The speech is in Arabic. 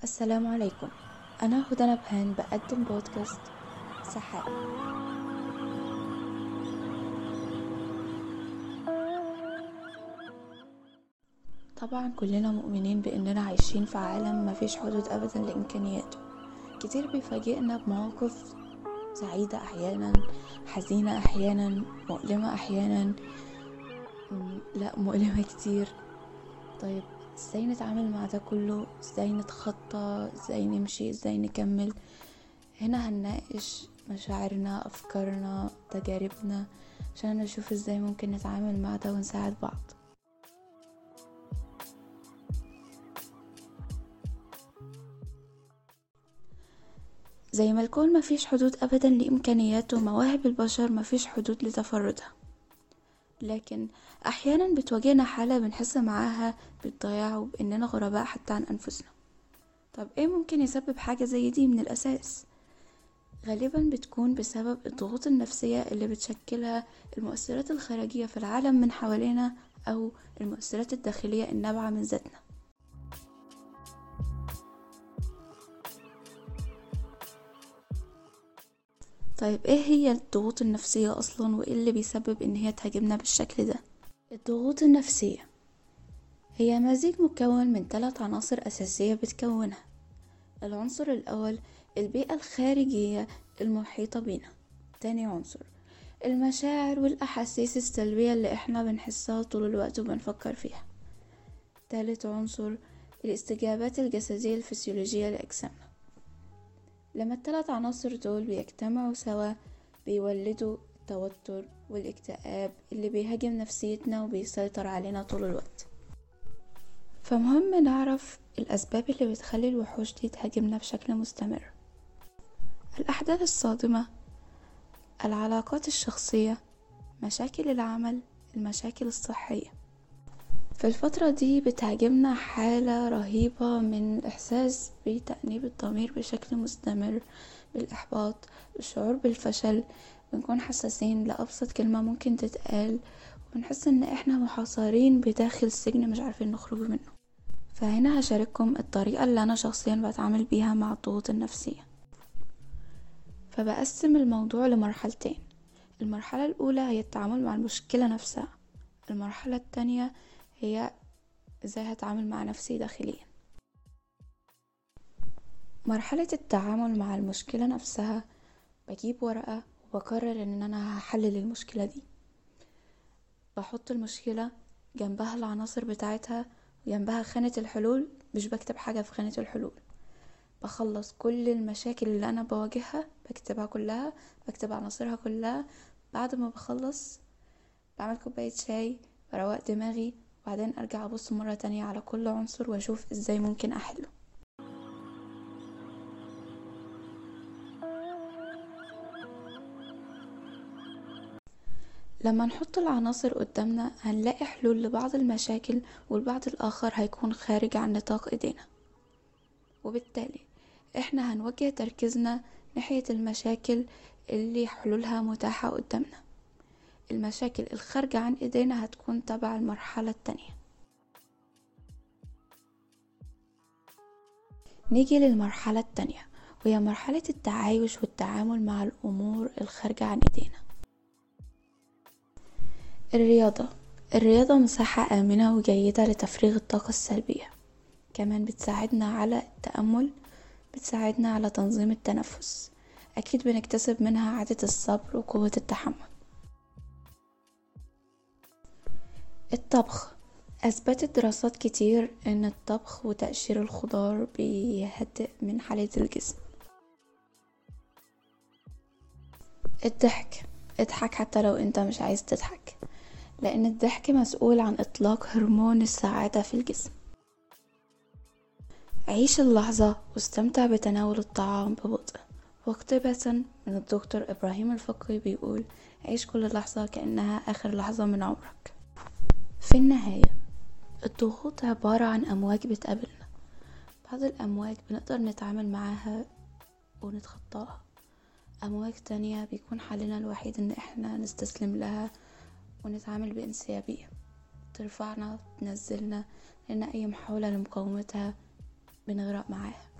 السلام عليكم. أنا هدى نبهان بقدم بودكاست سحاب. طبعا كلنا مؤمنين بأننا عايشين في عالم مفيش حدود أبدا لإمكانياته. كتير بيفاجئنا بمواقف سعيدة أحيانا، حزينة أحيانا، مؤلمة أحيانا. لا، مؤلمة كتير. طيب ازاي نتعامل مع ده كله؟ ازاي نتخطى؟ ازاي نمشي؟ ازاي نكمل؟ هنا هنناقش مشاعرنا، أفكارنا، تجاربنا، عشان نشوف ازاي ممكن نتعامل مع ده ونساعد بعض. زي ما الكون مفيش حدود أبدا لإمكانياته، مواهب البشر مفيش حدود لتفردها، لكن أحيانا بتواجهنا حالة بنحس معاها بالضياع وبإننا غرباء حتى عن أنفسنا. طب ايه ممكن يسبب حاجة زي دي من الأساس؟ غالبا بتكون بسبب الضغوط النفسية اللي بتشكلها المؤثرات الخارجية في العالم من حوالينا، أو المؤثرات الداخلية النابعة من ذاتنا. طيب ايه هي الضغوط النفسية أصلا، وايه اللي بيسبب ان هي تهاجمنا بالشكل ده؟ الضغوط النفسية هي مزيج مكون من 3 عناصر أساسية بتكونها. العنصر الأول البيئة الخارجية المحيطة بنا. تاني عنصر المشاعر والأحاسيس السلبية اللي احنا بنحسها طول الوقت وبنفكر فيها. تالت عنصر الاستجابات الجسدية الفسيولوجية لأجسامنا. لما ال3 عناصر دول بيجتمعوا سوا بيولدوا التوتر والاكتئاب اللي بيهاجم نفسيتنا وبيسيطر علينا طول الوقت. فمهم نعرف الأسباب اللي بتخلي الوحوش دي تهاجمنا بشكل مستمر. الأحداث الصادمة، العلاقات الشخصية، مشاكل العمل، المشاكل الصحية. في الفترة دي بتهاجمنا حالة رهيبة من الإحساس بتأنيب الضمير بشكل مستمر، بالإحباط، بالشعور بالفشل. بنكون حساسين لأبسط كلمة ممكن تتقال، وبنحس إن إحنا محاصرين بداخل سجن مش عارفين نخرج منه. فهنا هشارككم الطريقة اللي أنا شخصيا بتعامل بيها مع الضغوط النفسية. فبقسم الموضوع لمرحلتين. المرحلة الأولى هي التعامل مع المشكلة نفسها. المرحلة التانية هي ازاي هتعامل مع نفسي داخليا. مرحلة التعامل مع المشكلة نفسها، بجيب ورقة وبقرر ان انا هحلل المشكلة دي. بحط المشكلة جنبها العناصر بتاعتها وجنبها خانة الحلول. مش بكتب حاجة في خانة الحلول، بخلص كل المشاكل اللي انا بواجهها، بكتبها كلها، بكتب عناصرها كلها. بعد ما بخلص بعمل كوباية شاي، بروق دماغي، وبعدين ارجع ابص مرة تانية على كل عنصر واشوف ازاي ممكن احله. لما نحط العناصر قدامنا هنلاقي حلول لبعض المشاكل، والبعض الآخر هيكون خارج عن نطاق ايدينا، وبالتالي احنا هنوجه تركيزنا ناحية المشاكل اللي حلولها متاحة قدامنا. المشاكل الخارجة عن ايدينا هتكون تبع المرحلة التانية. نيجي للمرحلة التانية، وهي مرحلة التعايش والتعامل مع الأمور الخارجة عن ايدينا. الرياضة مساحة آمنة وجيدة لتفريغ الطاقة السلبية. كمان بتساعدنا على التأمل، بتساعدنا على تنظيم التنفس. أكيد بنكتسب منها عادة الصبر وقوة التحمل. الطبخ، أثبتت دراسات كتير إن الطبخ وتقشير الخضار بيهدئ من حالة الجسم. الضحك، اضحك حتى لو انت مش عايز تضحك، لأن الضحك مسؤول عن إطلاق هرمون السعادة في الجسم. عيش اللحظة واستمتع بتناول الطعام ببطء. واقتباسا من الدكتور إبراهيم الفقي بيقول: عيش كل لحظة كأنها آخر لحظة من عمرك. في النهاية، الضغوط عبارة عن أمواج بتقابلنا. بعض الأمواج بنقدر نتعامل معاها ونتخطاها، أمواج تانية بيكون حلنا الوحيد إن احنا نستسلم لها ونتعامل بانسيابية، ترفعنا تنزلنا، لأن أي محاولة لمقاومتها بنغرق معاها.